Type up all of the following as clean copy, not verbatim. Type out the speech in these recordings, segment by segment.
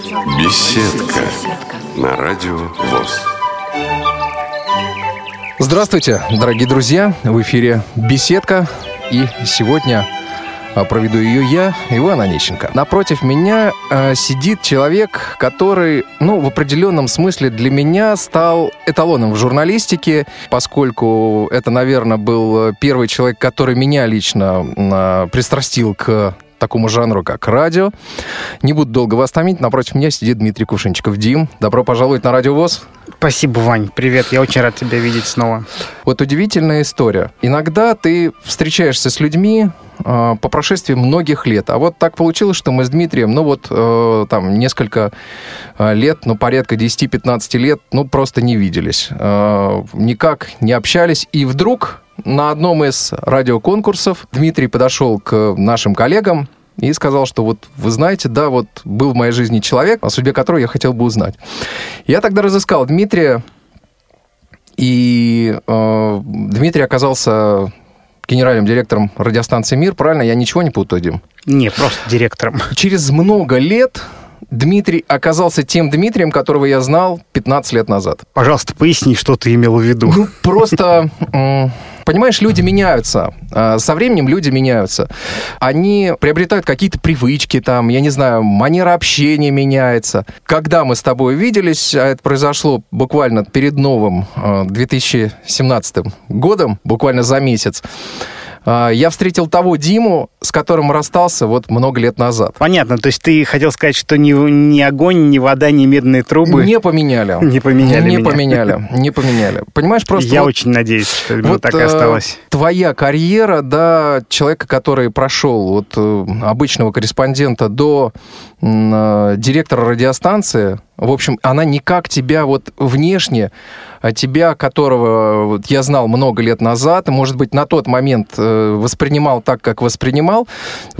Беседка на радио ВОС. Здравствуйте, дорогие друзья! В эфире «Беседка», и сегодня проведу ее я, Иван Онищенко. Напротив меня сидит человек, который, в определенном смысле для меня стал эталоном в журналистике, поскольку это, наверное, был первый человек, который меня лично пристрастил к такому жанру, как радио. Не буду долго вас томить. Напротив меня сидит Дмитрий Кувшинчиков. Дим, добро пожаловать на Радио ВОС. Спасибо, Вань. Привет. Я очень рад тебя видеть снова. Вот удивительная история. Иногда ты встречаешься с людьми по прошествии многих лет. А вот так получилось, что мы с Дмитрием, несколько лет, порядка 10-15 лет, просто не виделись. Никак не общались. И вдруг на одном из радиоконкурсов Дмитрий подошел к нашим коллегам и сказал, что вы знаете, был в моей жизни человек, о судьбе которого я хотел бы узнать. Я тогда разыскал Дмитрия, и Дмитрий оказался генеральным директором радиостанции «Мир». Правильно? Я ничего не путаю, Дим? Не, просто директором. Через много лет Дмитрий оказался тем Дмитрием, которого я знал 15 лет назад. Пожалуйста, поясни, что ты имел в виду. Понимаешь, люди меняются. Со временем люди меняются. Они приобретают какие-то привычки, манера общения меняется. Когда мы с тобой виделись, а это произошло буквально перед новым 2017 годом, буквально за месяц, я встретил того Диму, с которым расстался много лет назад. Понятно, то есть ты хотел сказать, что ни огонь, ни вода, ни медные трубы... Не поменяли. Не поменяли Не поменяли. Понимаешь, просто... Я очень надеюсь, что так и осталось. Твоя карьера, человека, который прошел от обычного корреспондента до директора радиостанции, в общем, она никак тебя я которого я знал много лет назад, и, может быть, на тот момент воспринимал так, как воспринимал.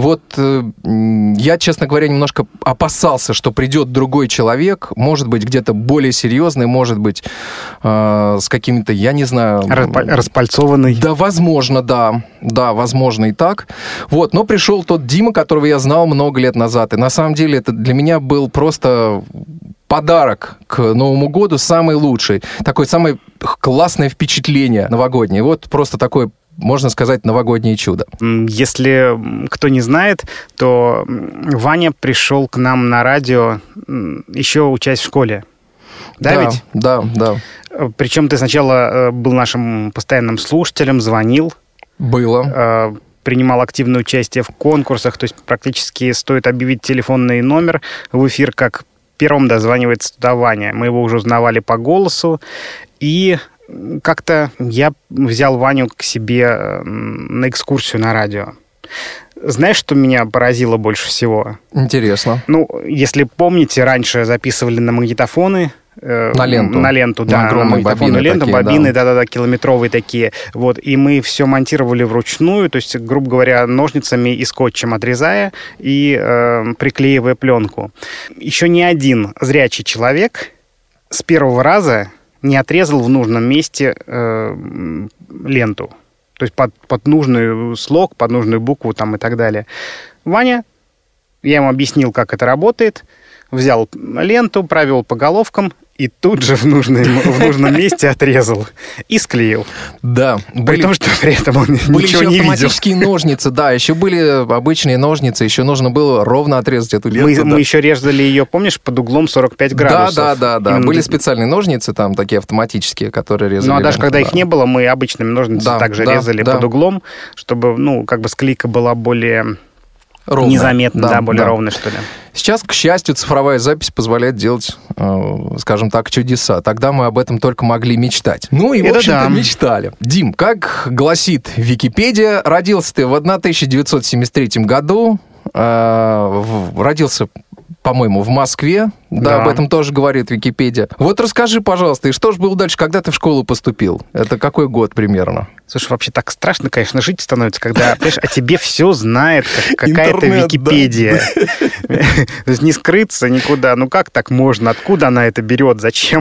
Я, честно говоря, немножко опасался, что придет другой человек, может быть, где-то более серьезный, может быть, с какими-то, я не знаю... Распальцованный. Да, возможно, да. Да, возможно, и так. Но пришел тот Дима, которого я знал много лет назад. И на самом деле это для меня был просто... подарок к Новому году самый лучший. Такое самое классное впечатление новогоднее. Просто такое, можно сказать, новогоднее чудо. Если кто не знает, то Ваня пришел к нам на радио, еще учась в школе. Ведь? Да. Причем ты сначала был нашим постоянным слушателем, звонил. Было. Принимал активное участие в конкурсах. То есть практически стоит объявить телефонный номер в эфир, как первым дозванивается туда Ваня. Мы его уже узнавали по голосу. И как-то я взял Ваню к себе на экскурсию на радио. Знаешь, что меня поразило больше всего? Интересно. Если помните, раньше записывали на магнитофоны. На ленту, да. На магнитофонную ленту, такие, бобины, да, километровые такие. И мы все монтировали вручную, то есть, грубо говоря, ножницами и скотчем отрезая и приклеивая пленку. Еще ни один зрячий человек с первого раза не отрезал в нужном месте ленту. То есть под нужный слог, под нужную букву и так далее. Ваня, я ему объяснил, как это работает, взял ленту, провел по головкам и тут же в нужном месте отрезал и склеил. Да. При том, что при этом он были ничего еще не видел. Автоматические ножницы, да. Еще были обычные ножницы. Еще нужно было ровно отрезать эту ленту. Мы еще резали ее, помнишь, под углом 45 градусов. Да. Были специальные ножницы, такие автоматические, которые резали. А даже когда их не было, мы обычными ножницами также резали под углом, чтобы, склейка была более... ровно. Незаметно, более ровно, что ли. Сейчас, к счастью, цифровая запись позволяет делать, скажем так, чудеса. Тогда мы об этом только могли мечтать. В общем-то, мечтали. Дим, как гласит Википедия, родился ты в 1973 году, родился, по-моему, в Москве. Да, об этом тоже говорит Википедия. Расскажи, пожалуйста, и что же было дальше, когда ты в школу поступил? Это какой год примерно? Слушай, вообще так страшно, конечно, жить становится, когда, понимаешь, о тебе все знает какая-то Википедия. То есть не скрыться никуда. Как так можно? Откуда она это берет? Зачем?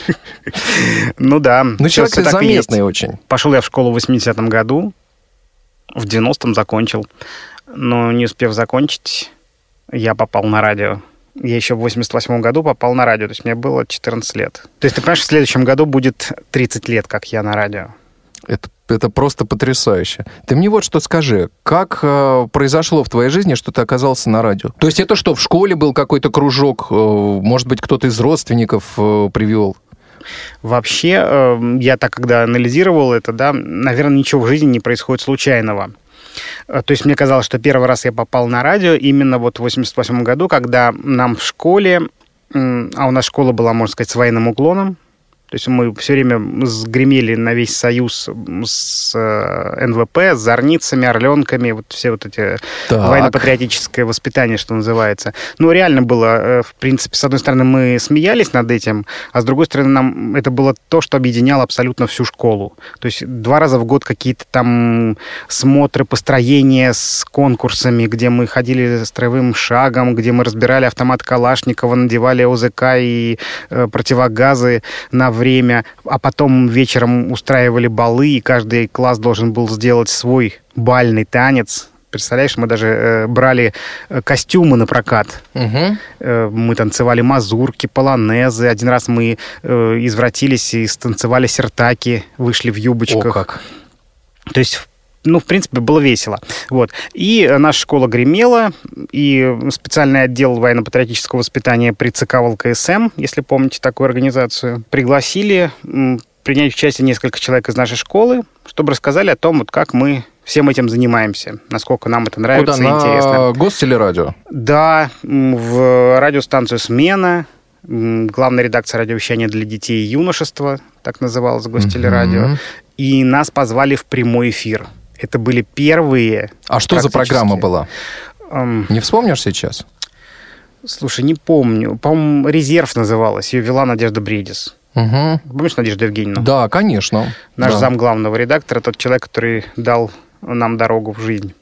Да. Человек ты заметный очень. Пошел я в школу в 80-м году, в 90-м закончил. Но не успев закончить, я попал на радио. Я еще в 88 году попал на радио, то есть мне было 14 лет. То есть ты понимаешь, в следующем году будет 30 лет, как я на радио. Это просто потрясающе. Ты мне вот что скажи, как произошло в твоей жизни, что ты оказался на радио? То есть это что, в школе был какой-то кружок, может быть, кто-то из родственников привел? Вообще, я так, когда анализировал это, да, наверное, ничего в жизни не происходит случайного. То есть мне казалось, что первый раз я попал на радио именно вот в 88 году, когда нам в школе, а у нас школа была, можно сказать, с военным уклоном, то есть мы все время гремели на весь Союз с НВП, с зорницами, орленками, вот все вот эти военно-патриотическое воспитание, что называется. Ну, реально было, в принципе, с одной стороны, мы смеялись над этим, а с другой стороны, нам это было то, что объединяло абсолютно всю школу. То есть 2 раза в год какие-то там смотры, построения с конкурсами, где мы ходили строевым шагом, где мы разбирали автомат Калашникова, надевали ОЗК и противогазы на время, а потом вечером устраивали балы, и каждый класс должен был сделать свой бальный танец. Представляешь, мы даже брали костюмы на прокат. Угу. Мы танцевали мазурки, полонезы. Один раз мы извратились и станцевали сертаки, вышли в юбочках. О, как! То есть, ну, в принципе, было весело. Вот. И наша школа гремела, и специальный отдел военно-патриотического воспитания при ЦК ВЛКСМ, если помните такую организацию, пригласили принять участие несколько человек из нашей школы, чтобы рассказали о том, вот как мы всем этим занимаемся, насколько нам это нравится и интересно. На Гостелерадио? Да, в радиостанцию «Смена», главная редакция радиовещания для детей и юношества, так называлась Гостелерадио, и нас позвали в прямой эфир. Это были первые... А что за программа была? Не вспомнишь сейчас? Слушай, не помню. По-моему, «Резерв» называлась. Ее вела Надежда Бредис. Угу. Помнишь Надежду Евгеньевну? Да, конечно. Наш зам главного редактора, тот человек, который дал нам дорогу в жизнь.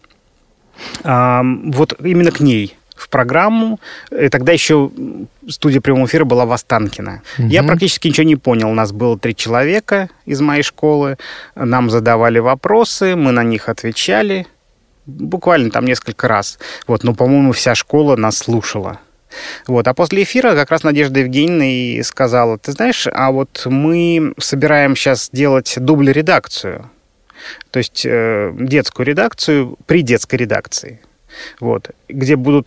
Вот именно к ней в программу. Тогда еще студия прямого эфира была в Останкино. Угу. Я практически ничего не понял. У нас было 3 человека из моей школы. Нам задавали вопросы, мы на них отвечали. Буквально там несколько раз. Вот, но, по-моему, вся школа нас слушала. Вот. А после эфира как раз Надежда Евгеньевна и сказала: ты знаешь, а вот мы собираем сейчас делать дубль-редакцию. То есть детскую редакцию при детской редакции. Вот, где будут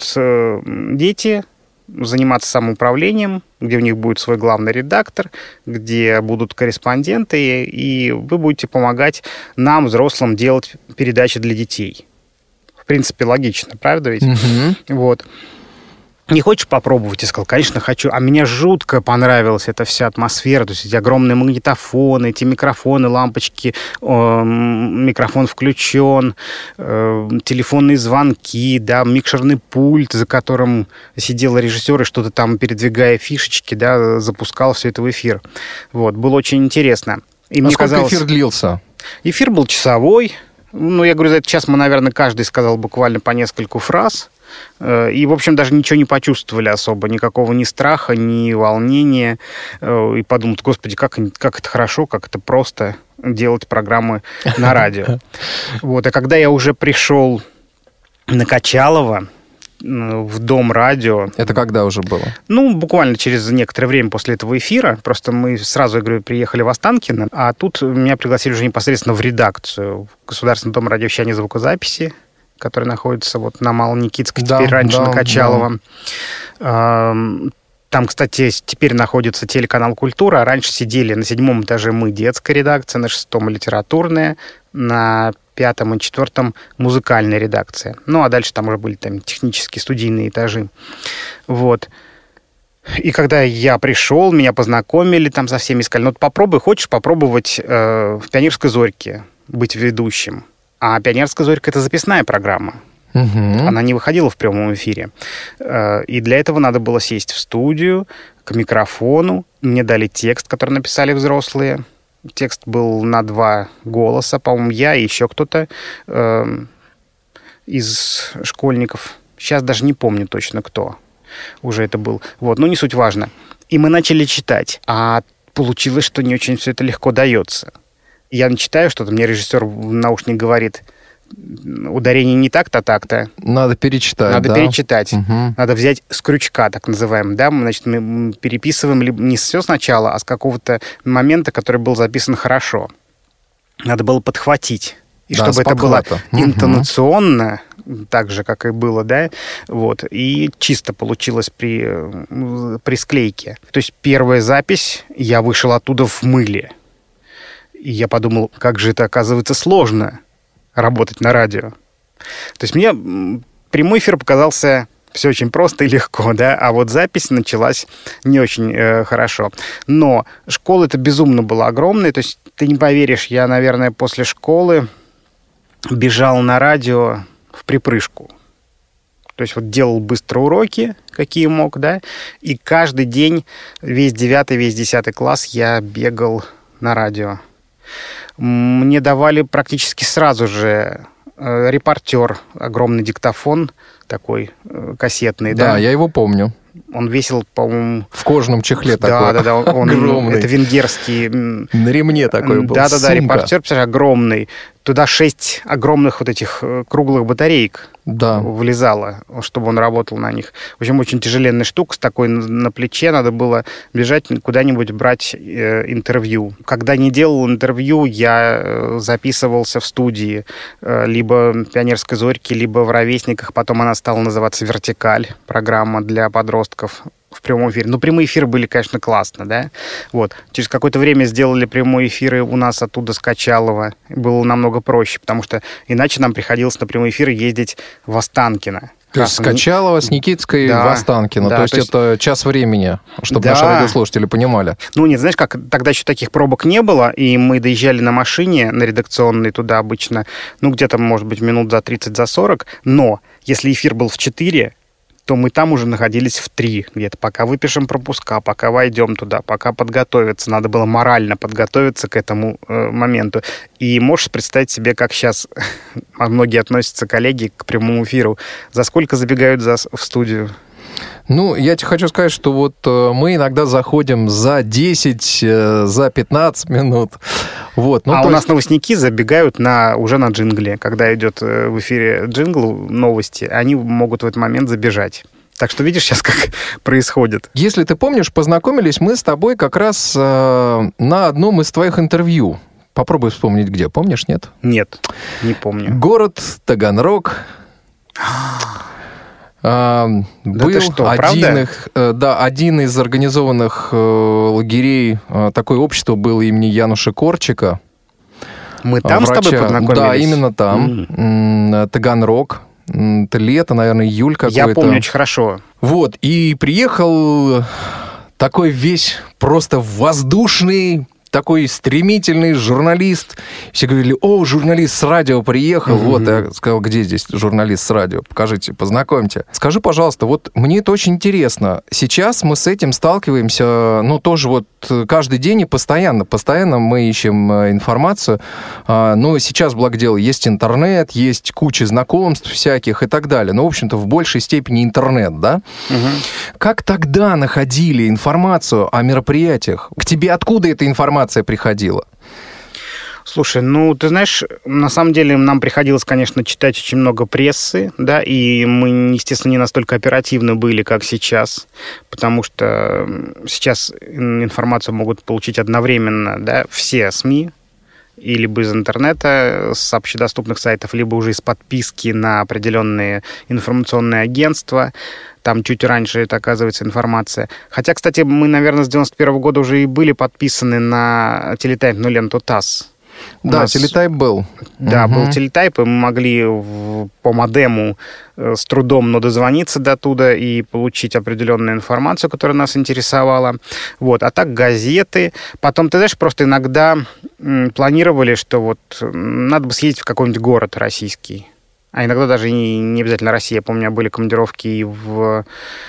дети заниматься самоуправлением, где у них будет свой главный редактор, где будут корреспонденты, и вы будете помогать нам, взрослым, делать передачи для детей. В принципе, логично, правда ведь? Вот. Не хочешь попробовать? Я сказал, конечно, хочу. А мне жутко понравилась эта вся атмосфера. То есть эти огромные магнитофоны, эти микрофоны, лампочки, микрофон включен, телефонные звонки, да, микшерный пульт, за которым сидел режиссер и что-то там, передвигая фишечки, да, запускал все это в эфир. Вот, было очень интересно. И мне сколько казалось, эфир длился? Эфир был часовой. Ну, я говорю, за этот час мы, наверное, каждый сказал буквально по нескольку фраз. И, в общем, даже ничего не почувствовали особо. Никакого ни страха, ни волнения. И подумали, господи, как это хорошо, как это просто делать программы на радио. Вот. А когда я уже пришел на Качалова, в Дом радио... Это когда уже было? Ну, буквально через некоторое время после этого эфира. Просто мы сразу, я говорю, приехали в Останкино, а тут меня пригласили уже непосредственно в редакцию в Государственный дом радиовещания и звукозаписи, который находится вот на Малоникитской, теперь раньше на Качалова. Да. Там, кстати, теперь находится телеканал «Культура». Раньше сидели на 7-м этаже мы, детская редакция, на 6-м литературная, на 5-м и 4-м музыкальная редакция. Ну, а дальше там уже были там технические, студийные этажи. Вот. И когда я пришел, меня познакомили, там со всеми сказали, ну, попробуй, хочешь попробовать в «Пионерской зорьке» быть ведущим? А «Пионерская зорька» — это записная программа. Угу. Она не выходила в прямом эфире. И для этого надо было сесть в студию, к микрофону. Мне дали текст, который написали взрослые. Текст был на 2 голоса. По-моему, я и еще кто-то из школьников. Сейчас даже не помню точно, кто уже это был. Вот, но не суть важно. И мы начали читать. А получилось, что не очень все это легко дается. Я читаю что-то, мне режиссер в наушник говорит: ударение не так-то, так-то. Надо перечитать, Надо перечитать. Угу. Надо взять с крючка, так называемый, да, значит, мы переписываем не все сначала, а с какого-то момента, который был записан хорошо. Надо было подхватить. И чтобы это было интонационно, так же, как и было, да, вот, и чисто получилось при склейке. То есть первая запись, я вышел оттуда в мыле. И я подумал, как же это, оказывается, сложно работать на радио. То есть мне прямой эфир показался все очень просто и легко, да, а вот запись началась не очень хорошо. Но школа-то безумно была огромная, то есть ты не поверишь, я, наверное, после школы бежал на радио в припрыжку. То есть вот делал быстро уроки, какие мог, да, и каждый день, весь 9-й, весь 10 класс я бегал на радио. Мне давали практически сразу же репортер, огромный диктофон такой кассетный, да. Да, я его помню. Он весил, по-моему... В кожаном чехле такой. Да, он огромный. Это венгерский... На ремне такой был. Да, репортер, представляешь, огромный. Туда 6 огромных вот этих круглых батареек влезало, чтобы он работал на них. В общем, очень тяжеленная штука с такой на плече. Надо было бежать куда-нибудь брать интервью. Когда не делал интервью, я записывался в студии либо «Пионерской зорьки», либо в «Ровесниках». Потом она стала называться «Вертикаль», программа для подростков в прямом эфире. Но прямые эфиры были, конечно, классно, да? Вот. Через какое-то время сделали прямые эфиры у нас оттуда с Качалова. Было намного проще, потому что иначе нам приходилось на прямые эфиры ездить в Останкино. То есть с Качалова, с Никитской в Останкино. Да, то есть это час времени, чтобы наши радиослушатели понимали. Ну нет, знаешь как, тогда еще таких пробок не было, и мы доезжали на машине, на редакционной туда обычно, где-то, может быть, минут за 30, за 40, но если эфир был в 4, то мы там уже находились в 3 где-то, пока выпишем пропуска, пока войдем туда, пока подготовиться. Надо было морально подготовиться к этому моменту. И можешь представить себе, как сейчас многие относятся, коллеги, к прямому эфиру. За сколько забегают в студию? Ну, я тебе хочу сказать, что вот мы иногда заходим за 10, за 15 минут. Вот. У нас новостники забегают уже на джингле. Когда идет в эфире джингл, новости, они могут в этот момент забежать. Так что видишь сейчас, как происходит. Если ты помнишь, познакомились мы с тобой как раз на одном из твоих интервью. Попробуй вспомнить, где. Помнишь, нет? Нет, не помню. Город Таганрог. Был один из организованных лагерей, такое общество было имени Януша Корчика. Мы там врача. С тобой познакомились? Да, именно там. Таганрог. Это лето, наверное, июль какой-то. Я помню очень хорошо. Вот, и приехал такой весь просто воздушный, такой стремительный журналист. Все говорили: о, журналист с радио приехал. Вот, я сказал: где здесь журналист с радио? Покажите, познакомьте. Скажи, пожалуйста, вот мне это очень интересно. Сейчас мы с этим сталкиваемся, тоже вот каждый день и постоянно. Постоянно мы ищем информацию. Но сейчас, благо делу, есть интернет, есть куча знакомств всяких и так далее. В общем-то, в большей степени интернет, да? Как тогда находили информацию о мероприятиях? К тебе откуда эта информация приходила? Слушай, ты знаешь, на самом деле нам приходилось, конечно, читать очень много прессы, да, и мы, естественно, не настолько оперативны были, как сейчас, потому что сейчас информацию могут получить одновременно, да, все СМИ, и либо из интернета, с общедоступных сайтов, либо уже из подписки на определенные информационные агентства. Там чуть раньше это, оказывается, информация. Хотя, кстати, мы, наверное, с 91 года уже и были подписаны на телетайп, ленту ТАСС. Да, телетайп был. Да, был телетайп, и мы могли по модему с трудом, но дозвониться до туда и получить определенную информацию, которая нас интересовала. Вот. А так газеты. Потом, ты знаешь, просто иногда планировали, что вот надо бы съездить в какой-нибудь город российский. А иногда даже не обязательно Россия. Я помню, были командировки и в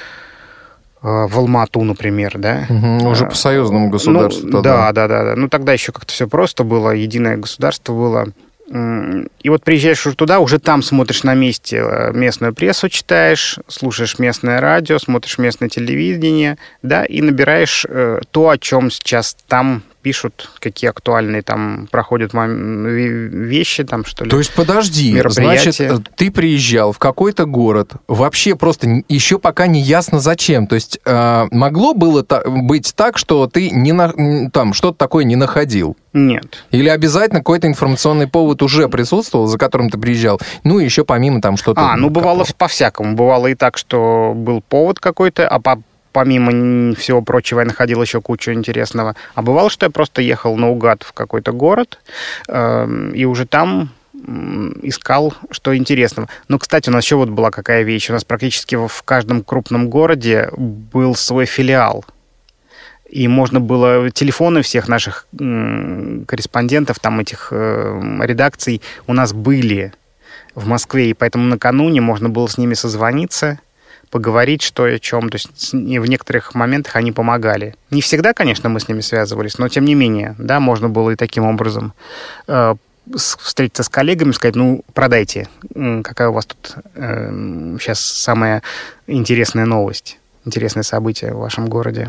Алма-Ату, например, да? Уже по союзному государству. Да. Тогда еще как-то все просто было, единое государство было. И вот приезжаешь уже туда, уже там смотришь на месте местную прессу, читаешь, слушаешь местное радио, смотришь местное телевидение, да, и набираешь то, о чем сейчас там пишут, какие актуальные там проходят вещи, там, что ли. То есть, подожди, мероприятия. Значит, ты приезжал в какой-то город, вообще просто еще пока не ясно зачем. То есть, могло было быть так, что ты там что-то такое не находил? Нет. Или обязательно какой-то информационный повод уже присутствовал, за которым ты приезжал? Ну, еще помимо там что-то... Бывало по-всякому. Бывало и так, что был повод какой-то, а помимо всего прочего я находил еще кучу интересного. А бывало, что я просто ехал наугад в какой-то город, и уже там искал, что интересного. Ну, кстати, у нас еще вот была какая вещь. У нас практически в каждом крупном городе был свой филиал. И можно было... Телефоны всех наших корреспондентов, там этих редакций у нас были в Москве, и поэтому накануне можно было с ними созвониться, поговорить, что и о чем. То есть в некоторых моментах они помогали. Не всегда, конечно, мы с ними связывались, но тем не менее, да, можно было и таким образом встретиться с коллегами, сказать, ну, продайте, какая у вас тут сейчас самая интересная новость, интересное событие в вашем городе.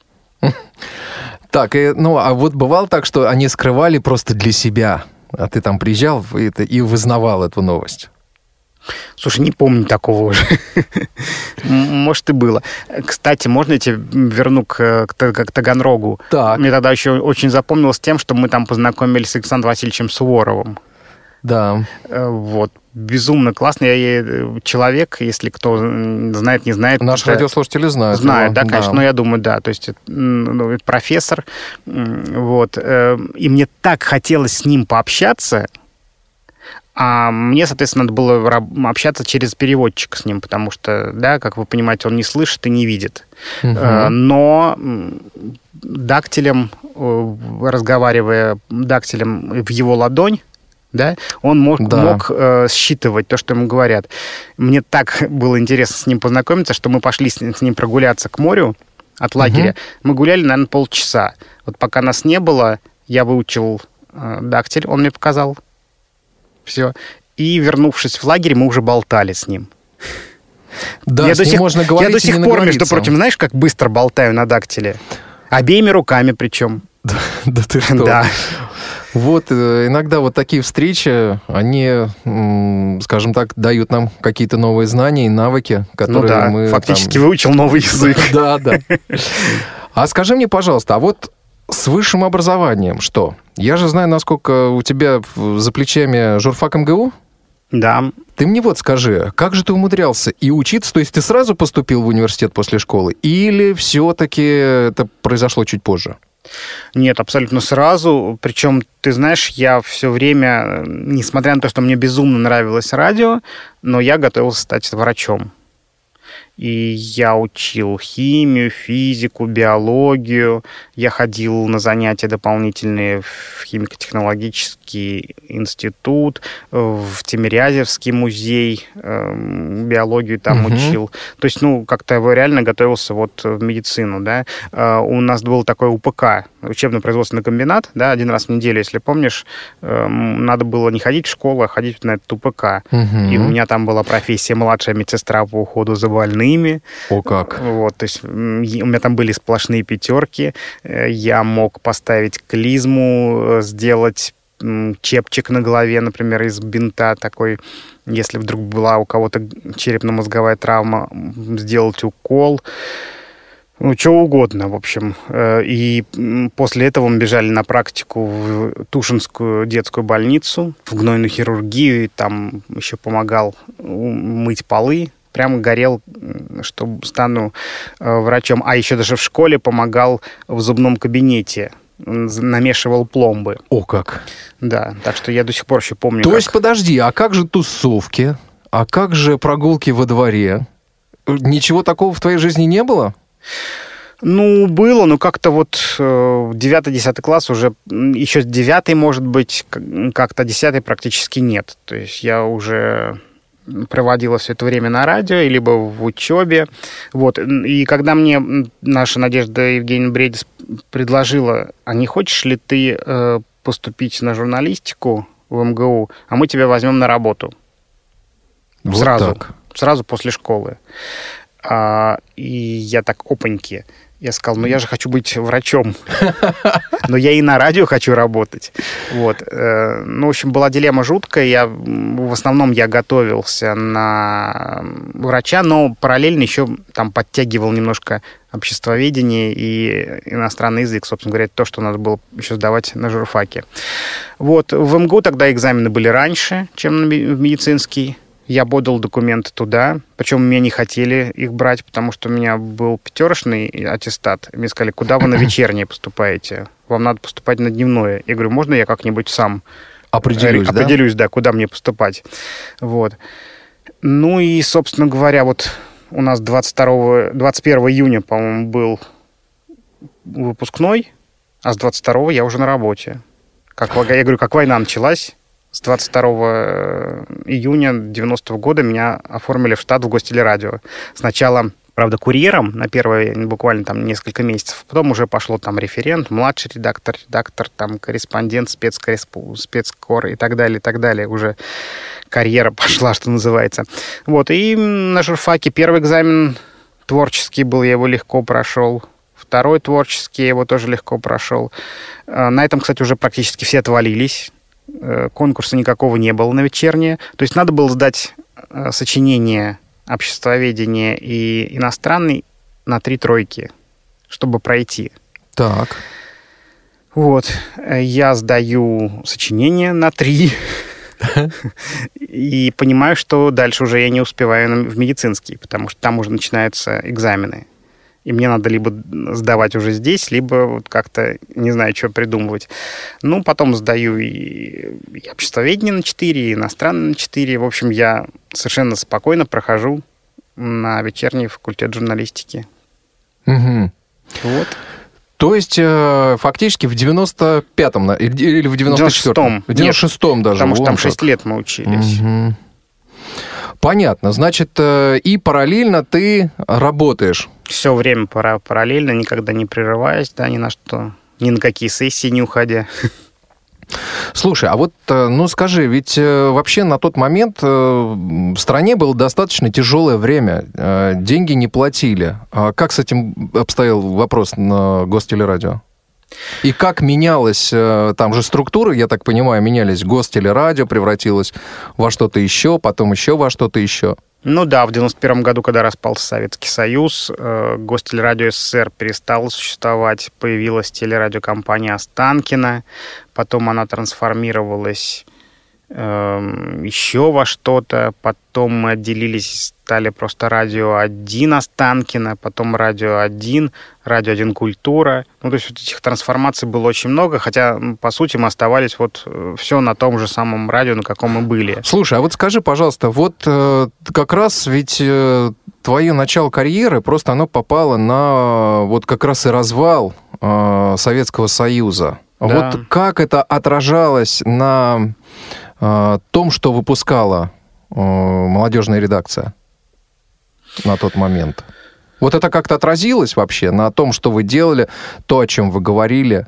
Так, а вот бывало так, что они скрывали просто для себя, а ты там приезжал и вызнавал эту новость? Слушай, не помню такого уже. Может, и было. Кстати, можно я тебя верну к Таганрогу? Так. Мне тогда еще очень запомнилось тем, что мы там познакомились с Александром Васильевичем Суворовым. Да. Вот. Безумно классный человек, если кто знает, не знает. Наши радиослушатели знают. Знают, да, конечно. Ну, я думаю, да. То есть профессор. Вот. И мне так хотелось с ним пообщаться, а мне, соответственно, надо было общаться через переводчика с ним, потому что, да, как вы понимаете, он не слышит и не видит. Но дактилем, разговаривая дактилем в его ладонь, да, он мог считывать то, что ему говорят. Мне так было интересно с ним познакомиться, что мы пошли с ним прогуляться к морю от лагеря. Мы гуляли, наверное, полчаса. Вот пока нас не было, я выучил дактиль, он мне показал. Все. И, вернувшись в лагерь, мы уже болтали с ним. Да, я можно говорить. Я до сих пор, между прочим, знаешь, как быстро болтаю на дактиле? Обеими руками причем. Да ты что? Да. Вот, иногда вот такие встречи, они, скажем так, дают нам какие-то новые знания и навыки, которые мы... фактически выучил новый язык. Да. А скажи мне, пожалуйста, а вот с высшим образованием что? Я же знаю, насколько у тебя за плечами журфак МГУ. Да. Ты мне вот скажи, как же ты умудрялся и учиться? То есть ты сразу поступил в университет после школы? Или все-таки это произошло чуть позже? Нет, абсолютно сразу. Причем, ты знаешь, я все время, несмотря на то, что мне безумно нравилось радио, но я готовился стать врачом. И я учил химию, физику, биологию. Я ходил на занятия дополнительные в химико-технологический институт, в Тимирязевский музей, биологию там учил. То есть, как-то я реально готовился вот в медицину, да. У нас был такой УПК, учебно-производственный комбинат, да, один раз в неделю, если помнишь, надо было не ходить в школу, а ходить на этот УПК. И у меня там была профессия младшая медсестра по уходу за больными. О, как! Вот, то есть у меня там были сплошные пятерки. Я мог поставить клизму, сделать чепчик на голове, например, из бинта такой. Если вдруг была у кого-то черепно-мозговая травма, сделать укол. Что угодно, в общем. И после этого мы бежали на практику в Тушинскую детскую больницу, в гнойную хирургию, и там еще помогал мыть полы. Прямо горел, что стану врачом. А еще даже в школе помогал в зубном кабинете. Намешивал пломбы. О, как! Да, так что я до сих пор еще помню. То есть, подожди, а как же тусовки? А как же прогулки во дворе? Ничего такого в твоей жизни не было? Было, но как-то вот 9-10 класс уже, еще 9 может быть, как-то 10 практически нет. То есть я уже проводила все это время на радио, либо в учебе. Вот. И когда мне наша Надежда Евгеньевна Бредис предложила, а не хочешь ли ты поступить на журналистику в МГУ, а мы тебя возьмем на работу? Вот сразу. Так. Сразу после школы. И я так, опаньки. Я сказал, я же хочу быть врачом, но я и на радио хочу работать. Вот. В общем, была дилемма жуткая. В основном я готовился на врача, но параллельно еще там подтягивал немножко обществоведение и иностранный язык, собственно говоря, то, что надо было еще сдавать на журфаке. Вот. В МГУ тогда экзамены были раньше, чем в медицинский. Я подал документы туда, причем меня не хотели их брать, потому что у меня был пятерочный аттестат. Мне сказали, куда вы на вечернее поступаете? Вам надо поступать на дневное. Я говорю, можно я как-нибудь сам определюсь, да, куда мне поступать? Вот. И, собственно говоря, вот у нас 21 июня, по-моему, был выпускной, а с 22 я уже на работе. Я говорю, как война началась. С 22 июня 90-го года меня оформили в штат в Гостелерадио. Сначала, правда, курьером на первые буквально там несколько месяцев. Потом уже пошло там референт, младший редактор, там корреспондент, спецкор и так далее. Уже карьера пошла, что называется. Вот. И на журфаке первый экзамен творческий был, я его легко прошел. Второй творческий, я его тоже легко прошел. На этом, кстати, уже практически все отвалились. Конкурса никакого не было на вечернее. То есть надо было сдать сочинение, обществоведение и иностранный на 3 тройки, чтобы пройти. Так. Вот. Я сдаю сочинение на 3 и понимаю, что дальше уже я не успеваю в медицинский, потому что там уже начинаются экзамены. И мне надо либо сдавать уже здесь, либо вот как-то, не знаю, что придумывать. Потом сдаю и обществоведение на 4, и иностранное на 4. В общем, я совершенно спокойно прохожу на вечерний факультет журналистики. Угу. Вот. То есть, фактически в 95-м или в 94-м? В 96-м даже. Потому что там 6 лет мы учились. Угу. Понятно. Значит, и параллельно ты работаешь. Все время параллельно, никогда не прерываясь, да, ни на что, ни на какие сессии не уходя. Слушай, а вот, скажи, ведь вообще на тот момент в стране было достаточно тяжелое время, деньги не платили. А как с этим обстоял вопрос на Гостелерадио? И как менялась, там же структуры, я так понимаю, менялись, Гостелерадио превратилось во что-то еще, потом еще во что-то еще. В 91 году, когда распался Советский Союз, Гостелерадио СССР перестало существовать, появилась телерадиокомпания Останкино, потом она трансформировалась еще во что-то, потом мы отделились, стали просто Радио 1 Останкино, потом Радио 1 Культура. То есть вот этих трансформаций было очень много, хотя, по сути, мы оставались все на том же самом радио, на каком мы были. Слушай, а вот скажи, пожалуйста, как раз ведь твое начало карьеры, просто оно попало на как раз и развал Советского Союза. Да. Вот как это отражалось на том, что выпускала молодежная редакция на тот момент? Вот это как-то отразилось вообще на том, что вы делали, то, о чем вы говорили?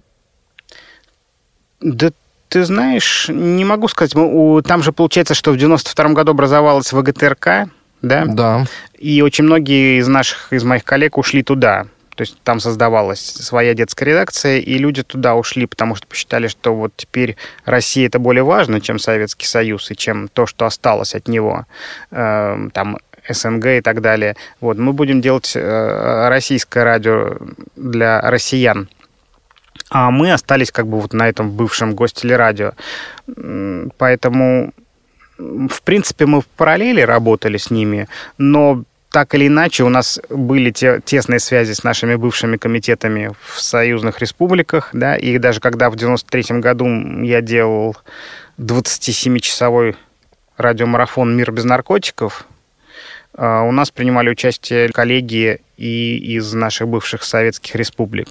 Да ты знаешь, не могу сказать. Там же получается, что в 92-м году образовалась ВГТРК, да? Да. И очень многие из моих коллег ушли туда. То есть там создавалась своя детская редакция, и люди туда ушли, потому что посчитали, что вот теперь Россия это более важно, чем Советский Союз, и чем то, что осталось от него, там СНГ и так далее. Мы будем делать российское радио для россиян. А мы остались на этом бывшем Гостелерадио. Поэтому, в принципе, мы в параллели работали с ними, но так или иначе, у нас были тесные связи с нашими бывшими комитетами в союзных республиках, да, и даже когда в 93-м году я делал 27-часовой радиомарафон «Мир без наркотиков», у нас принимали участие коллеги и из наших бывших советских республик.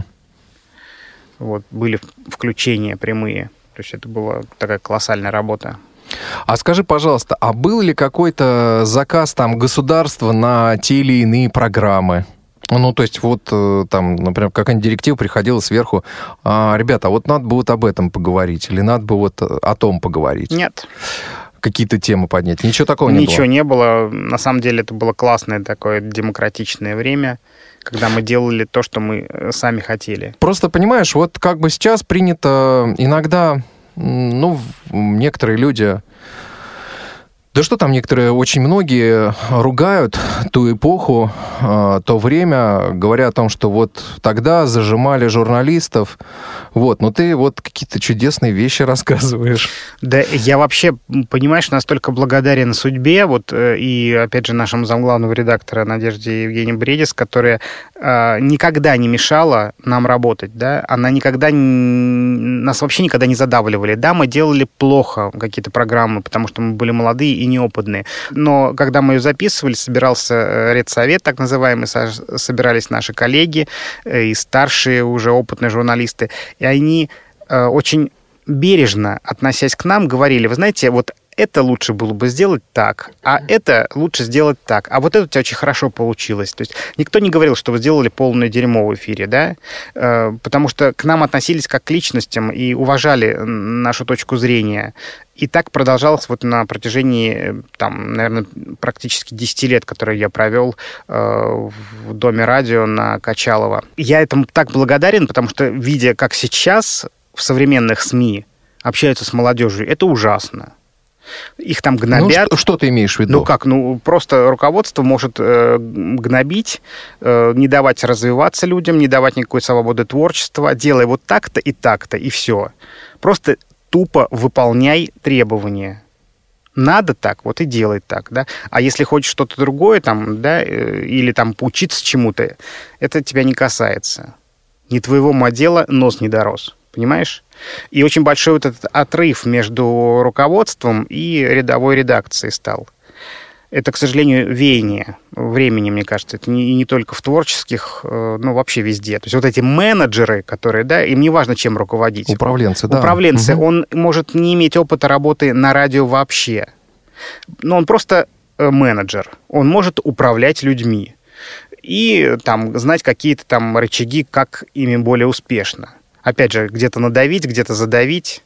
Угу. Были включения прямые. То есть это была такая колоссальная работа. А скажи, пожалуйста, а был ли какой-то заказ государства на те или иные программы? То есть там, например, какая-нибудь директива приходила сверху: ребята, надо бы об этом поговорить, или надо бы о том поговорить? Нет. какие-то темы поднять? Ничего такого не было? Ничего не было. На самом деле это было классное такое демократичное время, когда мы делали то, что мы сами хотели. Просто, понимаешь, вот как бы сейчас принято иногда, некоторые люди... Да что там, некоторые, очень многие ругают ту эпоху, то время, говоря о том, что вот тогда зажимали журналистов, но ты вот какие-то чудесные вещи рассказываешь. Да, я вообще, понимаешь, настолько благодарен судьбе, и, опять же, нашему замглавного редактора Надежде Евгеньевне Бредис, которая никогда не мешала нам работать, да, нас вообще никогда не задавливали, да, мы делали плохо какие-то программы, потому что мы были молодые и неопытные. Но когда мы ее записывали, собирался редсовет, так называемый, собирались наши коллеги и старшие уже опытные журналисты, и они очень бережно, относясь к нам, говорили, вы знаете, вот это лучше было бы сделать так, а это лучше сделать так, а вот это у тебя очень хорошо получилось. То есть никто не говорил, что вы сделали полное дерьмо в эфире, да, потому что к нам относились как к личностям и уважали нашу точку зрения. И так продолжалось на протяжении, наверное, практически 10 лет, которые я провел в Доме радио на Качалова. Я этому так благодарен, потому что, видя, как сейчас в современных СМИ общаются с молодежью, это ужасно. Их там гнобят. Что ты имеешь в виду? Просто руководство может гнобить, не давать развиваться людям, не давать никакой свободы творчества, делай вот так-то, и все. Просто тупо выполняй требования. Надо так, и делай так, да. А если хочешь что-то другое, или поучиться чему-то, это тебя не касается. Не твоего дела, нос не дорос. Понимаешь? И очень большой этот отрыв между руководством и рядовой редакцией стал. Это, к сожалению, веяние времени, мне кажется. Это не только в творческих, вообще везде. То есть эти менеджеры, которые, да, им не важно, чем руководить. Управленцы, да. Управленцы. Угу. Он может не иметь опыта работы на радио вообще. Но он просто менеджер. Он может управлять людьми. И знать какие-то рычаги, как ими более успешно. Опять же, где-то надавить, где-то задавить.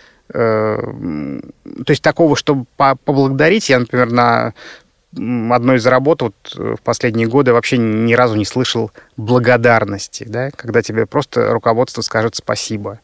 То есть такого, чтобы поблагодарить, я, например, на одной из работ в последние годы вообще ни разу не слышал благодарности, да, когда тебе просто руководство скажет спасибо.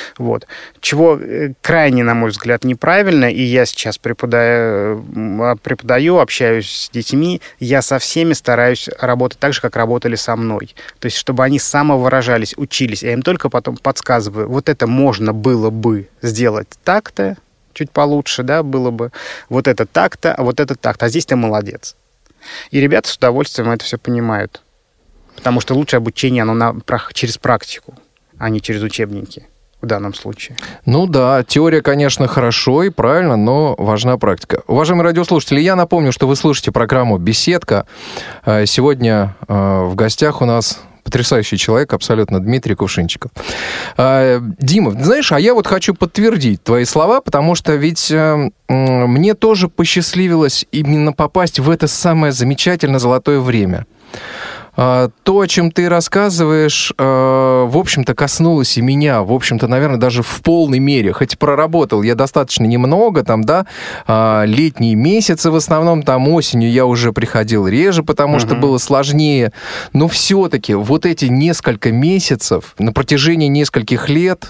Чего крайне, на мой взгляд, неправильно, и я сейчас преподаю, общаюсь с детьми, я со всеми стараюсь работать так же, как работали со мной. То есть, чтобы они самовыражались, учились. Я им только потом подсказываю, вот это можно было бы сделать так-то, чуть получше, да, было бы. Вот это так-то, а вот это так-то. А здесь ты молодец. И ребята с удовольствием это все понимают. Потому что лучшее обучение, оно через практику, а не через учебники в данном случае. Да, теория, конечно, хорошо и правильно, но важна практика. Уважаемые радиослушатели, я напомню, что вы слушаете программу «Беседка». Сегодня в гостях у нас потрясающий человек, абсолютно, Дмитрий Кувшинчиков. Дима, знаешь, а я хочу подтвердить твои слова, потому что ведь мне тоже посчастливилось именно попасть в это самое замечательное золотое время. То, о чем ты рассказываешь, в общем-то, коснулось и меня, в общем-то, наверное, даже в полной мере. Хоть проработал я достаточно немного, летние месяцы в основном, осенью я уже приходил реже, потому что было сложнее. Но все-таки эти несколько месяцев, на протяжении нескольких лет,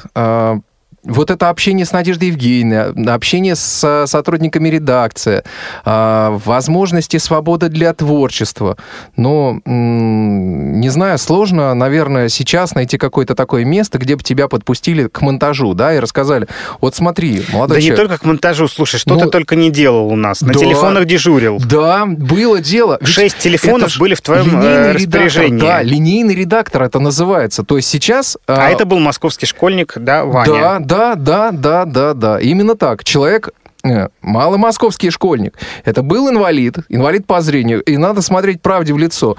это общение с Надеждой Евгеньевной, общение с сотрудниками редакции, возможности свободы для творчества. Но, не знаю, сложно, наверное, сейчас найти какое-то такое место, где бы тебя подпустили к монтажу, да, и рассказали, смотри, молодой человек. Да не только к монтажу, слушай, что ты только не делал у нас, на телефонах дежурил. Да, было дело. 6 телефонов были в твоем распоряжении. Да, линейный редактор это называется. То есть сейчас... А это был московский школьник, да, Ваня? Да. Именно так. Человек, маломосковский школьник, это был инвалид по зрению, и надо смотреть правде в лицо.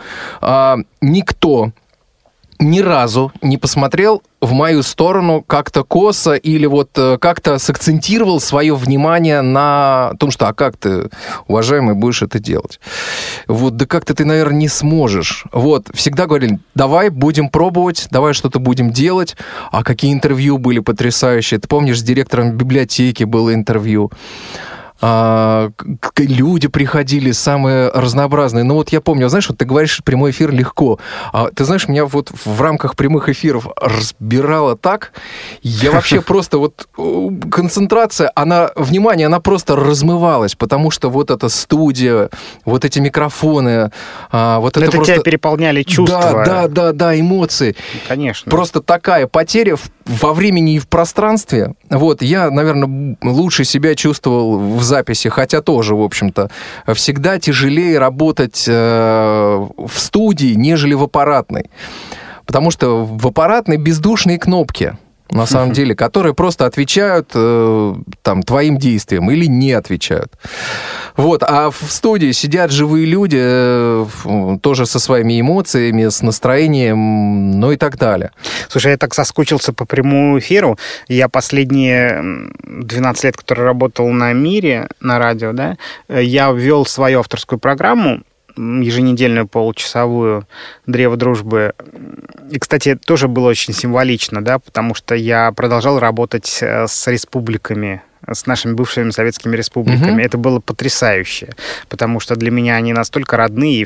Никто ни разу не посмотрел в мою сторону как-то косо или как-то сакцентировал свое внимание на том, что как ты, уважаемый, будешь это делать? Да как-то ты, наверное, не сможешь. Всегда говорили, давай будем пробовать, давай что-то будем делать. А какие интервью были потрясающие. Ты помнишь, с директором библиотеки было интервью. Люди приходили самые разнообразные. Ну вот я помню, знаешь, вот ты говоришь, прямой эфир легко. Ты знаешь, меня вот в рамках прямых эфиров разбирало так. Я вообще просто вот... Концентрация, внимание, она просто размывалась, потому что вот эта студия, вот эти микрофоны, вот это просто... тебя переполняли чувства. Да, эмоции. Конечно. Просто такая потеря во времени и в пространстве. Вот, я, наверное, лучше себя чувствовал в записи, хотя тоже, в общем-то, всегда тяжелее работать в студии, нежели в аппаратной. Потому что в аппаратной бездушные кнопки, на самом деле, которые просто отвечают там, твоим действиям или не отвечают. Вот. А в студии сидят живые люди, тоже со своими эмоциями, с настроением, ну и так далее. Слушай, я так соскучился по прямому эфиру. Я последние 12 лет, который работал на Мире, на радио, да, я ввел свою авторскую программу, еженедельную получасовую «Древо дружбы». И, кстати, тоже было очень символично, да, потому что я продолжал работать с республиками, с нашими бывшими советскими республиками. Это было потрясающе, потому что для меня они настолько родные, и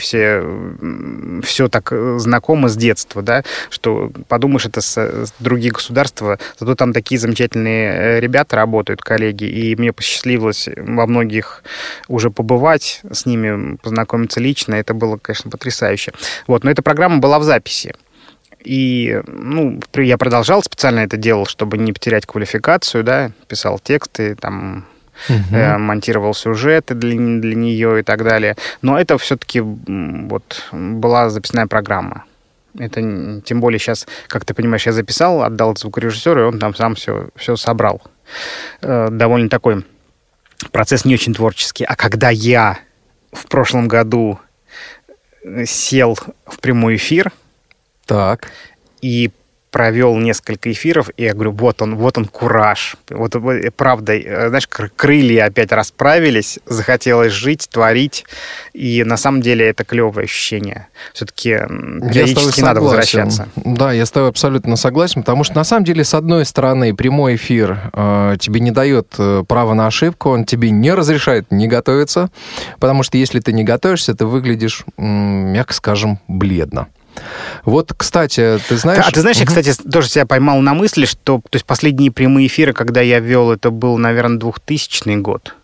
все так знакомо с детства, да, что подумаешь, это другие государства, зато там такие замечательные ребята работают, коллеги, и мне посчастливилось во многих уже побывать, с ними познакомиться лично, это было, конечно, потрясающе. Вот, но эта программа была в записи. И, я продолжал, специально это делал, чтобы не потерять квалификацию, да, писал тексты, там, монтировал сюжеты для нее и так далее. Но это все-таки вот была записная программа. Это, тем более сейчас, как ты понимаешь, я записал, отдал звукорежиссеру, и он там сам все собрал. Довольно такой процесс не очень творческий. А когда я в прошлом году сел в прямой эфир, так. И провел несколько эфиров, и я говорю, вот он кураж. Вот правда, знаешь, крылья опять расправились, захотелось жить, творить, и на самом деле это клевое ощущение. Все-таки периодически надо возвращаться. Да, я с тобой абсолютно согласен, потому что на самом деле, с одной стороны, прямой эфир тебе не дает права на ошибку, он тебе не разрешает не готовиться, потому что если ты не готовишься, ты выглядишь, мягко скажем, бледно. Вот, кстати, ты знаешь... А ты знаешь, я, кстати, тоже себя поймал на мысли, что то есть последние прямые эфиры, когда я вел, это был, наверное, 2000 год.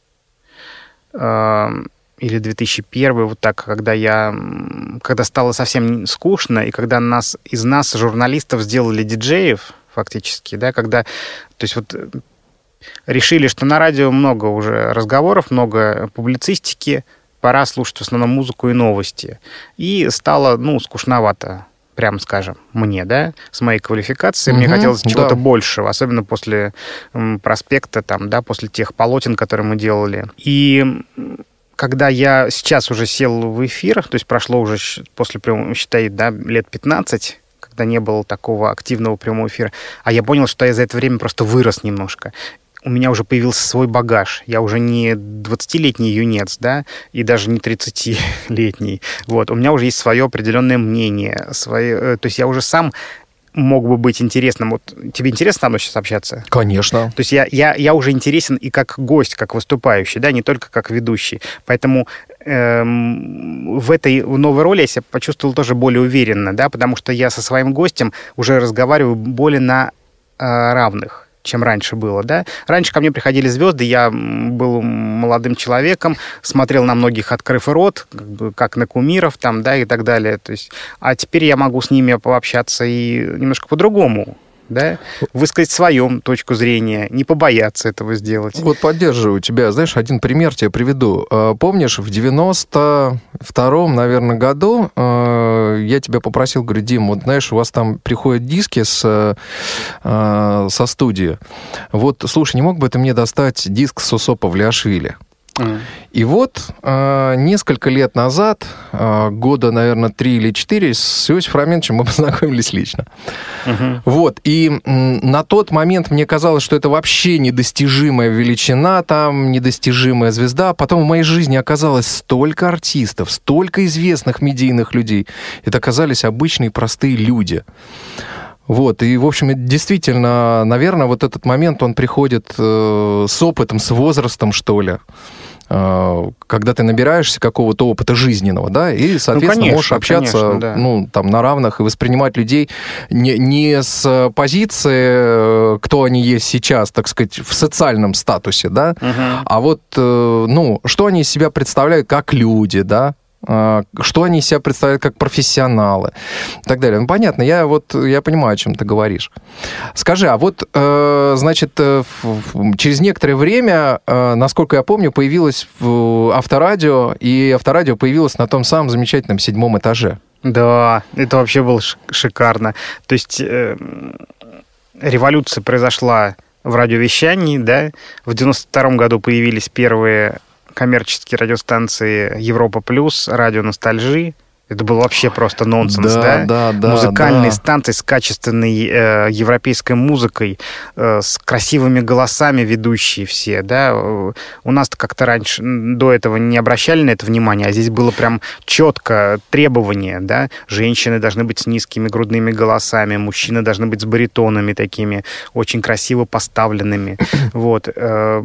Или 2001, вот так, когда стало совсем скучно, и когда из нас, журналистов, сделали диджеев, фактически, да, когда... То есть вот решили, что на радио много уже разговоров, много публицистики, пора слушать в основном музыку и новости. И стало, скучновато, прямо скажем, мне, да, с моей квалификацией. Мне хотелось чего-то большего, особенно после «Проспекта», там, да, после тех полотен, которые мы делали. И когда я сейчас уже сел в эфир, то есть прошло уже после прямого, считай, да, лет 15, когда не было такого активного прямого эфира, а я понял, что я за это время просто вырос немножко. У меня уже появился свой багаж. Я уже не 20-летний юнец, да, и даже не 30-летний. Вот. У меня уже есть свое определенное мнение. То есть я уже сам мог бы быть интересным. Вот тебе интересно со мной сейчас общаться? Конечно. То есть я уже интересен и как гость, как выступающий, да, не только как ведущий. Поэтому в этой новой роли я себя почувствовал тоже более уверенно, да, потому что я со своим гостем уже разговариваю более на равных, чем раньше было, да. Раньше ко мне приходили звезды, я был молодым человеком, смотрел на многих, открыв рот, как на кумиров там, да, и так далее. То есть, а теперь я могу с ними пообщаться и немножко по-другому, да, высказать свою точку зрения, не побояться этого сделать. Вот поддерживаю тебя. Знаешь, один пример тебе приведу. Помнишь, в 92-м, наверное, году я тебя попросил, говорю, Дим, вот знаешь, у вас там приходят диски со студии. Вот, слушай, не мог бы ты мне достать диск Сосо Павлиашвили? И вот несколько лет назад, года, наверное, 3 или 4, с Иосифом Романовичем мы познакомились лично. Вот. И на тот момент мне казалось, что это вообще недостижимая величина, там, недостижимая звезда. Потом в моей жизни оказалось столько артистов, столько известных медийных людей. Это оказались обычные простые люди. Вот, и, в общем, действительно, наверное, вот этот момент, он приходит с опытом, с возрастом, что ли, когда ты набираешься какого-то опыта жизненного, да, и, соответственно, можешь общаться, да, там, на равных и воспринимать людей не с позиции, кто они есть сейчас, так сказать, в социальном статусе, да, а вот, что они из себя представляют как люди, да, что они из себя представляют как профессионалы и так далее. Понятно, я понимаю, о чем ты говоришь. Скажи, а вот, значит, через некоторое время, насколько я помню, появилось авторадио, и авторадио появилось на том самом замечательном 7-м этаже. Да, это вообще было шикарно. То есть революция произошла в радиовещании, да, в 92-м году появились первые коммерческие радиостанции Европа Плюс, Радио Ностальжи. Это был вообще просто нонсенс, да? Музыкальные станции с качественной европейской музыкой, с красивыми голосами ведущие все, да? У нас-то как-то раньше, до этого не обращали на это внимание, а здесь было прям четко требование, да? Женщины должны быть с низкими грудными голосами, мужчины должны быть с баритонами такими, очень красиво поставленными. Вот. Это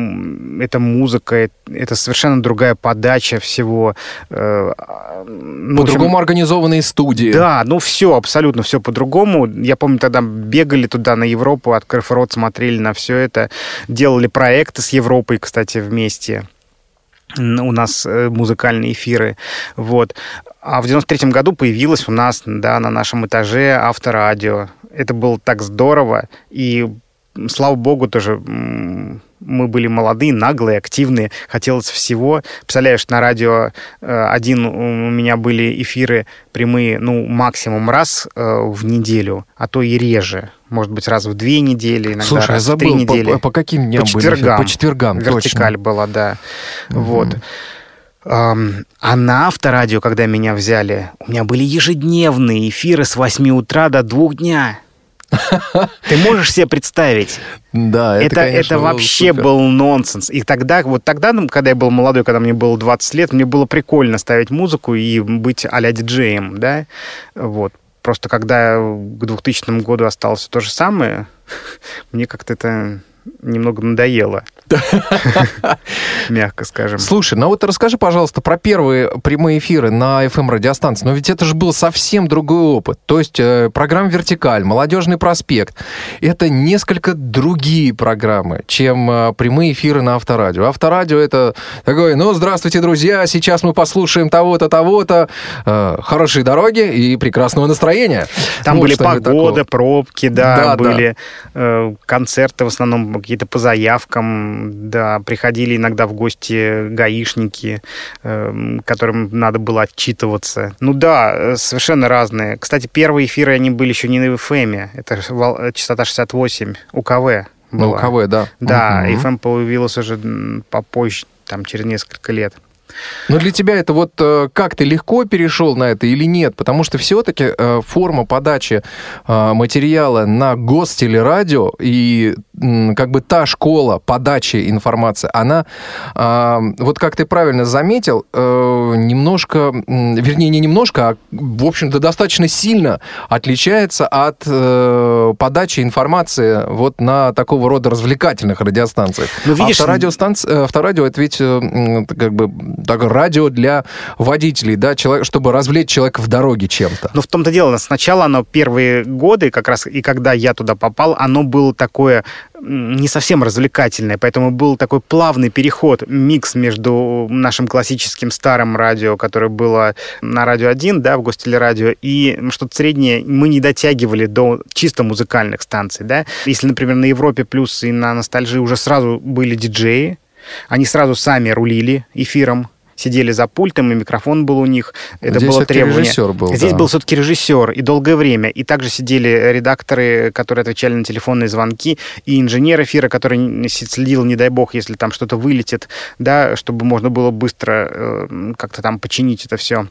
музыка, это совершенно другая подача всего. По-другому организованные студии. Да, все, абсолютно все по-другому. Я помню, тогда бегали туда на Европу, открыв рот, смотрели на все это. Делали проекты с Европой, кстати, вместе. У нас музыкальные эфиры. Вот. А в 93-м году появилось у нас, да, на нашем этаже авторадио. Это было так здорово. И, слава богу, тоже... Мы были молодые, наглые, активные, хотелось всего. Представляешь, на радио 1 у меня были эфиры прямые, максимум раз в неделю, а то и реже. Может быть, раз в 2 недели, иногда Слушай, раз в 3 недели. По каким дням были? По четвергам, Вертикаль точно. была, да. Вот. А на авторадио, когда меня взяли, у меня были ежедневные эфиры с 8 утра до 2 дня. Ты можешь себе представить? Да, это вообще был нонсенс. И тогда, когда я был молодой, когда мне было 20 лет, мне было прикольно ставить музыку и быть а-ля диджеем, да? Вот. Просто когда к 2000 году осталось то же самое, мне как-то это немного надоело. Мягко скажем. Слушай, вот расскажи, пожалуйста, про первые прямые эфиры на FM-радиостанции. Но ведь это же был совсем другой опыт. То есть программа «Вертикаль», «Молодежный проспект» — это несколько другие программы, чем прямые эфиры на авторадио. Авторадио — это такое: здравствуйте, друзья, сейчас мы послушаем того-то, того-то. Хорошей дороги и прекрасного настроения. Там были погода, пробки, да, были концерты в основном какие-то по заявкам. Да, приходили иногда в гости гаишники, которым надо было отчитываться. Совершенно разные. Кстати, первые эфиры, они были еще не на FM. Это частота 68, УКВ была. УКВ, да. Да, FM появилась уже попозже, через несколько лет. Но для тебя это как ты легко перешел на это или нет? Потому что все-таки форма подачи материала на гостелерадио и та школа подачи информации, она, как ты правильно заметил, немножко, вернее, не немножко, а, в общем-то, достаточно сильно отличается от подачи информации на такого рода развлекательных радиостанциях. Авторадио — это ведь радио для водителей, да, чтобы развлечь человека в дороге чем-то. Но в том-то дело, сначала оно первые годы, как раз и когда я туда попал, оно было такое не совсем развлекательное, поэтому был такой плавный переход, микс между нашим классическим старым радио, которое было на Радио 1, да, в Гостелерадио, и что-то среднее мы не дотягивали до чисто музыкальных станций, да. Если, например, на Европе Плюс и на Ностальжи уже сразу были диджеи, они сразу сами рулили эфиром, сидели за пультом, и микрофон был у них. Это здесь было требование. Режиссер был, здесь был все-таки режиссер, и долгое время. И также сидели редакторы, которые отвечали на телефонные звонки, и инженер эфира, который следил, не дай бог, если там что-то вылетит, да, чтобы можно было быстро как-то там починить это все.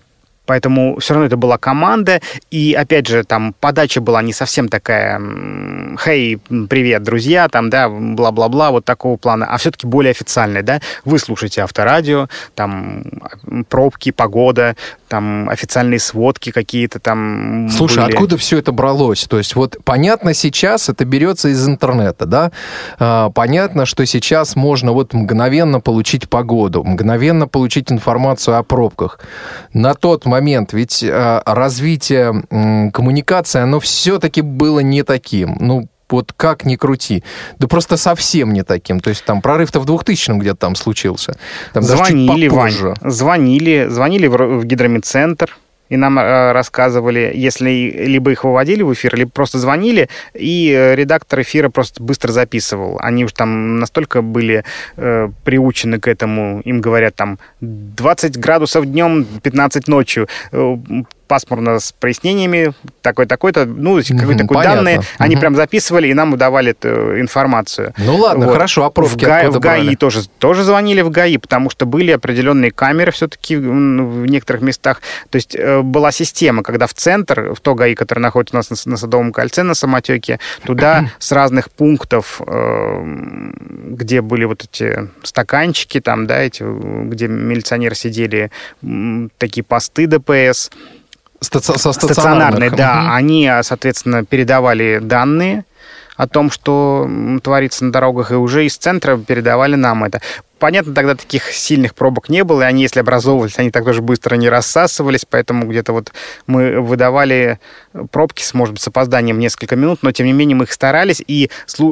Поэтому все равно это была команда, и, опять же, там подача была не совсем такая «Хей, привет, друзья», там, да, бла-бла-бла, вот такого плана, а все-таки более официальная, да. Вы слушаете Авторадио, там пробки, погода, там официальные сводки какие-то там. Слушай, были. Откуда все это бралось? То есть вот понятно, сейчас это берется из интернета, да? Понятно, что сейчас можно вот мгновенно получить погоду, мгновенно получить информацию о пробках. На тот момент ведь развитие коммуникации, оно все-таки было не таким. Ну, вот как ни крути. Да просто совсем не таким. То есть там прорыв-то в 2000-м где-то там случился. Там звонили, Вань, звонили в гидромедцентр, и нам рассказывали, если либо их выводили в эфир, либо просто звонили, и редактор эфира просто быстро записывал. Они уж там настолько были приучены к этому, им говорят там 20 градусов днем, 15 ночью, пасмурно с прояснениями, такой-то, ну, какой-то данные. Они прям записывали и нам выдавали эту информацию. Ну ладно, вот. Хорошо, а пробки в ГАИ тоже звонили в ГАИ, потому что были определенные камеры все-таки в некоторых местах. То есть была система, когда в центр, в то ГАИ, который находится у нас на Садовом кольце, на самотеке, туда с разных пунктов, где были вот эти стаканчики, там, да, где милиционеры сидели, такие посты ДПС, стационарные, да, они, соответственно, передавали данные о том, что творится на дорогах, и уже из центра передавали нам это. Понятно, тогда таких сильных пробок не было, и они, если образовывались, они так тоже быстро не рассасывались, поэтому где-то вот мы выдавали пробки, может быть, с опозданием в несколько минут, но, тем не менее, мы их старались, и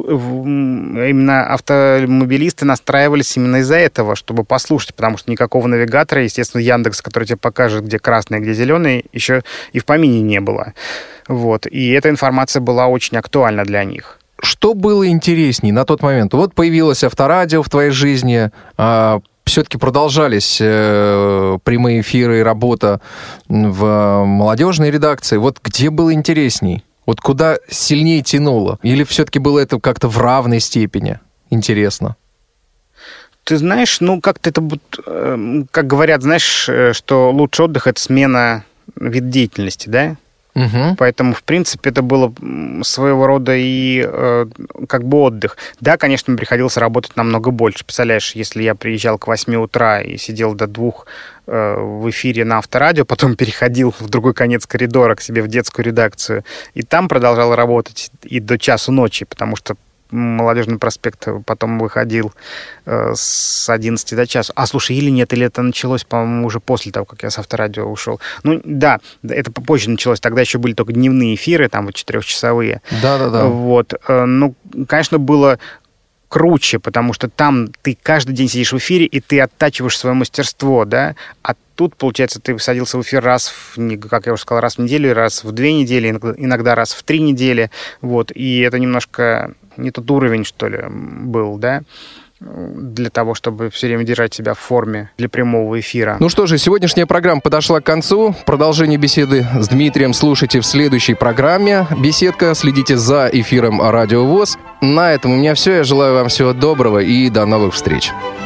именно автомобилисты настраивались именно из-за этого, чтобы послушать, потому что никакого навигатора, естественно, Яндекс, который тебе покажет, где красный, где зеленый, еще и в помине не было. Вот. И эта информация была очень актуальна для них. Что было интересней на тот момент? Вот появилось Авторадио в твоей жизни, все-таки продолжались прямые эфиры и работа в молодежной редакции. Вот где было интересней? Вот куда сильнее тянуло? Или все-таки было это как-то в равной степени интересно? Ты знаешь, ну, как-то это, как говорят, знаешь, что лучший отдых – это смена вида деятельности, да? Угу. Поэтому, в принципе, это было своего рода и как бы отдых. Да, конечно, приходилось работать намного больше. Представляешь, если я приезжал к 8 утра и сидел до 2 в эфире на Авторадио, потом переходил в другой конец коридора к себе в детскую редакцию, и там продолжал работать и до часу ночи, потому что Молодежный проспект потом выходил с 11 до часу. А, слушай, или нет, или это началось, по-моему, уже после того, как я с Авторадио ушел. Ну, да, это попозже началось. Тогда еще были только дневные эфиры, там вот 4-часовые. Да-да-да. Вот. Ну, конечно, было круче, потому что там ты каждый день сидишь в эфире, и ты оттачиваешь свое мастерство, да, а тут, получается, ты садился в эфир раз, как я уже сказал, раз в неделю, раз в 2 недели, иногда раз в 3 недели, вот, и это немножко не тот уровень, что ли, был, да, для того, чтобы все время держать себя в форме для прямого эфира. Ну что же, сегодняшняя программа подошла к концу. Продолжение беседы с Дмитрием слушайте в следующей программе «Беседка». Следите за эфиром Радио ВОС. На этом у меня все. Я желаю вам всего доброго и до новых встреч.